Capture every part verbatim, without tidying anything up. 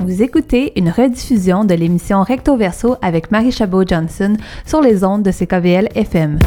Vous écoutez une rediffusion de l'émission Recto Verso avec Marie Chabot-Johnson sur les ondes de C K V L F M.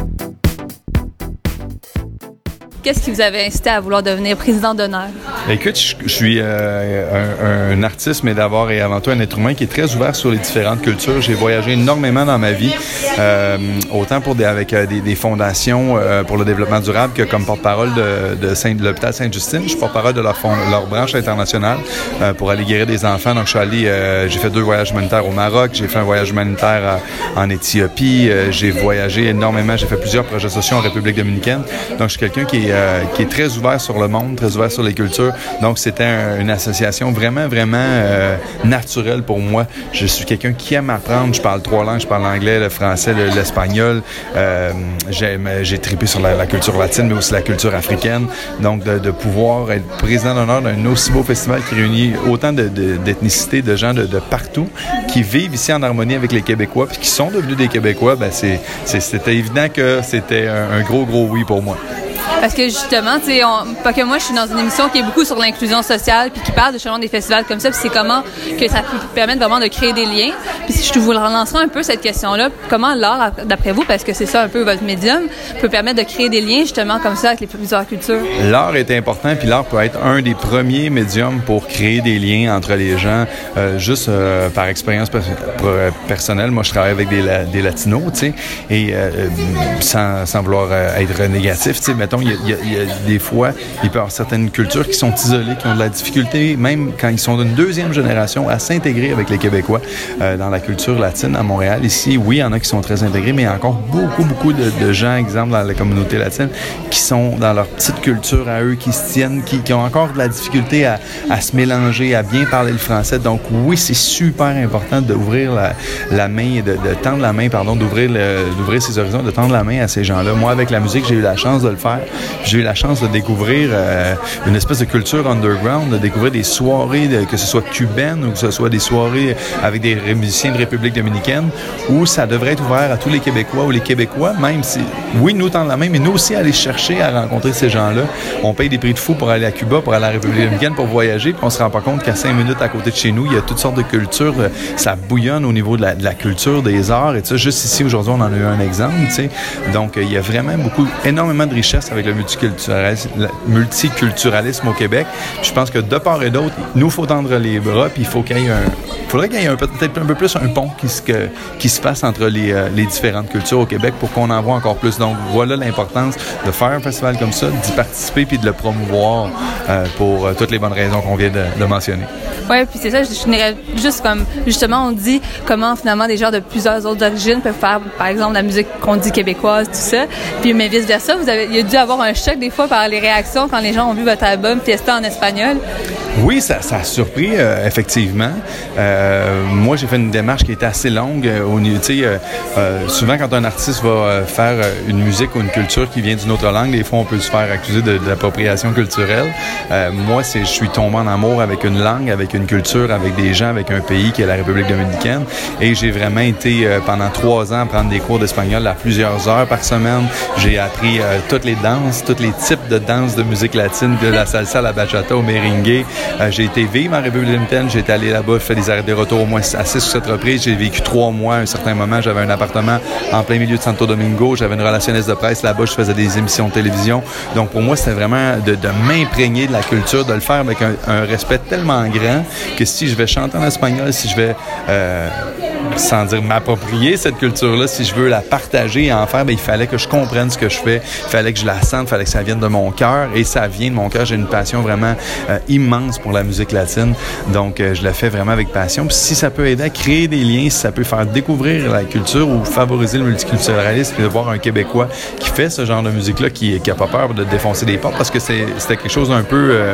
Qu'est-ce qui vous avait incité à vouloir devenir président d'honneur? Écoute, je, je suis euh, un, un artiste, mais d'abord et avant tout un être humain qui est très ouvert sur les différentes cultures. J'ai voyagé énormément dans ma vie, euh, autant pour des, avec euh, des, des fondations euh, pour le développement durable que comme porte-parole de, de, Saint, de l'hôpital Sainte-Justine. Je suis porte-parole de leur, fond, leur branche internationale euh, pour aller guérir des enfants. Donc, je suis allé, euh, j'ai fait deux voyages humanitaires au Maroc, j'ai fait un voyage humanitaire à, en Éthiopie, euh, j'ai voyagé énormément, j'ai fait plusieurs projets sociaux en République dominicaine. Donc, je suis quelqu'un qui est Euh, qui est très ouvert sur le monde, très ouvert sur les cultures. Donc, c'était un, une association vraiment, vraiment euh, naturelle pour moi. Je suis quelqu'un qui aime apprendre. Je parle trois langues. Je parle l'anglais, le français, le, l'espagnol. Euh, j'aime, j'ai trippé sur la, la culture latine, mais aussi la culture africaine. Donc, de, de pouvoir être président d'honneur d'un aussi beau festival qui réunit autant de, de, d'ethnicités, de gens de, de partout, qui vivent ici en harmonie avec les Québécois, puis qui sont devenus des Québécois, ben c'est, c'est, c'était évident que c'était un, un gros, gros oui pour moi. Parce que justement, tu sais, pas que moi, je suis dans une émission qui est beaucoup sur l'inclusion sociale, puis qui parle justement des festivals comme ça, puis c'est comment que ça peut permettre vraiment de créer des liens. Puis si je vous relancerai un peu cette question-là, comment l'art, d'après vous, parce que c'est ça un peu votre médium, peut permettre de créer des liens justement comme ça avec les plusieurs cultures? L'art est important, puis l'art peut être un des premiers médiums pour créer des liens entre les gens. Euh, juste euh, par expérience per- per- personnelle, moi, je travaille avec des, la- des Latinos, tu sais, et euh, sans, sans vouloir euh, être négatif, tu sais, mettons, il y, y, y a des fois, il peut y avoir certaines cultures qui sont isolées, qui ont de la difficulté, même quand ils sont d'une deuxième génération, à s'intégrer avec les Québécois euh, dans la culture latine à Montréal. Ici, oui, il y en a qui sont très intégrés, mais il y a encore beaucoup, beaucoup de, de gens, exemple, dans la communauté latine, qui sont dans leur petite culture à eux, qui se tiennent, qui, qui ont encore de la difficulté à, à se mélanger, à bien parler le français. Donc, oui, c'est super important d'ouvrir la, la main, de, de tendre la main, pardon, d'ouvrir, le, d'ouvrir ses horizons, de tendre la main à ces gens-là. Moi, avec la musique, j'ai eu la chance de le faire. J'ai eu la chance de découvrir euh, une espèce de culture underground, de découvrir des soirées, de, que ce soit cubaines ou que ce soit des soirées avec des musiciens de République dominicaine, où ça devrait être ouvert à tous les Québécois ou les Québécois, même si, oui, nous tendre la main, mais nous aussi aller chercher à rencontrer ces gens-là. On paye des prix de fou pour aller à Cuba, pour aller à la République dominicaine, pour voyager, puis on se rend pas compte qu'à cinq minutes à côté de chez nous, il y a toutes sortes de cultures. Ça bouillonne au niveau de la, de la culture, des arts, et ça. Juste ici, aujourd'hui, on en a eu un exemple, tu sais. Donc, il y a vraiment beaucoup, énormément de richesse avec le multiculturalisme, le multiculturalisme au Québec. Puis je pense que de part et d'autre, nous, il faut tendre les bras, puis il faut qu'il y ait un... Il faudrait qu'il y ait un, peut-être un peu plus un pont qui se, que, qui se fasse entre les, euh, les différentes cultures au Québec pour qu'on en voit encore plus. Donc, voilà l'importance de faire un festival comme ça, d'y participer puis de le promouvoir euh, pour euh, toutes les bonnes raisons qu'on vient de, de mentionner. Oui, puis c'est ça, je finirais juste comme, justement, on dit comment finalement des gens de plusieurs autres origines peuvent faire, par exemple, la musique qu'on dit québécoise, tout ça. Puis, mais vice-versa, vous avez, il y a dû avoir un choc des fois par les réactions quand les gens ont vu votre album Fiesta en espagnol. Oui, ça, ça a surpris, euh, effectivement. Euh, moi, j'ai fait une démarche qui était assez longue. Euh, au, tu sais, euh, euh, souvent, quand un artiste va euh, faire euh, une musique ou une culture qui vient d'une autre langue, des fois, on peut se faire accuser de, de l'appropriation culturelle. Euh, moi, c'est, je suis tombé en amour avec une langue, avec une culture, avec des gens, avec un pays qui est la République dominicaine. Et j'ai vraiment été, euh, pendant trois ans, à prendre des cours d'espagnol à plusieurs heures par semaine. J'ai appris euh, toutes les danses, tous les types de danses de musique latine, de la salsa à la bachata au merengue. Euh, j'ai été vivre en République dominicaine, j'ai été allé là-bas, fait des arrêts de retour au moins à six ou sept reprises. J'ai vécu trois mois à un certain moment. J'avais un appartement en plein milieu de Santo Domingo. J'avais une relationniste de presse là-bas. Je faisais des émissions de télévision. Donc, pour moi, c'était vraiment de, de m'imprégner de la culture, de le faire avec un, un respect tellement grand que si je vais chanter en espagnol, si je vais, euh, sans dire m'approprier cette culture-là, si je veux la partager et en faire, bien, il fallait que je comprenne ce que je fais. Il fallait que je la sente. Il fallait que ça vienne de mon cœur. Et ça vient de mon cœur. J'ai une passion vraiment euh, immense pour la musique latine. Donc, euh, je le fais vraiment avec passion. Puis si ça peut aider à créer des liens, si ça peut faire découvrir la culture ou favoriser le multiculturalisme et de voir un Québécois qui fait ce genre de musique-là, qui n'a pas peur de défoncer des portes, parce que c'est, c'était quelque chose d'un peu euh,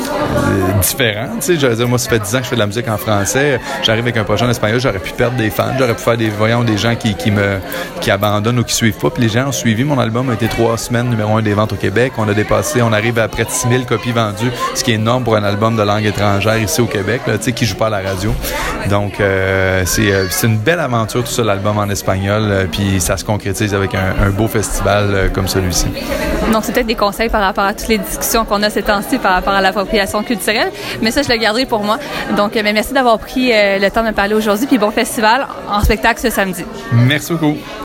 euh, différent. Tu sais, j'allais dire, moi, ça fait dix ans que je fais de la musique en français. J'arrive avec un projet en espagnol, j'aurais pu perdre des fans, j'aurais pu faire des voyons, des gens qui, qui me qui abandonnent ou qui suivent pas. Puis les gens ont suivi. Mon album a été trois semaines numéro un des ventes au Québec. On a dépassé, on arrive à près de six mille copies vendues, ce qui est énorme pour un album de langue étrangère ici au Québec, là, tu sais, qui joue pas à la radio. Donc, euh, c'est, euh, c'est une belle aventure, tout ça, l'album en espagnol. Euh, puis ça se concrétise avec un, un beau festival euh, comme celui-ci. Donc, c'est peut-être des conseils par rapport à toutes les discussions qu'on a ces temps-ci par rapport à l'appropriation d'appropriation culturelle, mais ça, je le garderai pour moi. Donc, euh, ben, merci d'avoir pris euh, le temps de me parler aujourd'hui, puis bon festival en spectacle ce samedi. Merci beaucoup.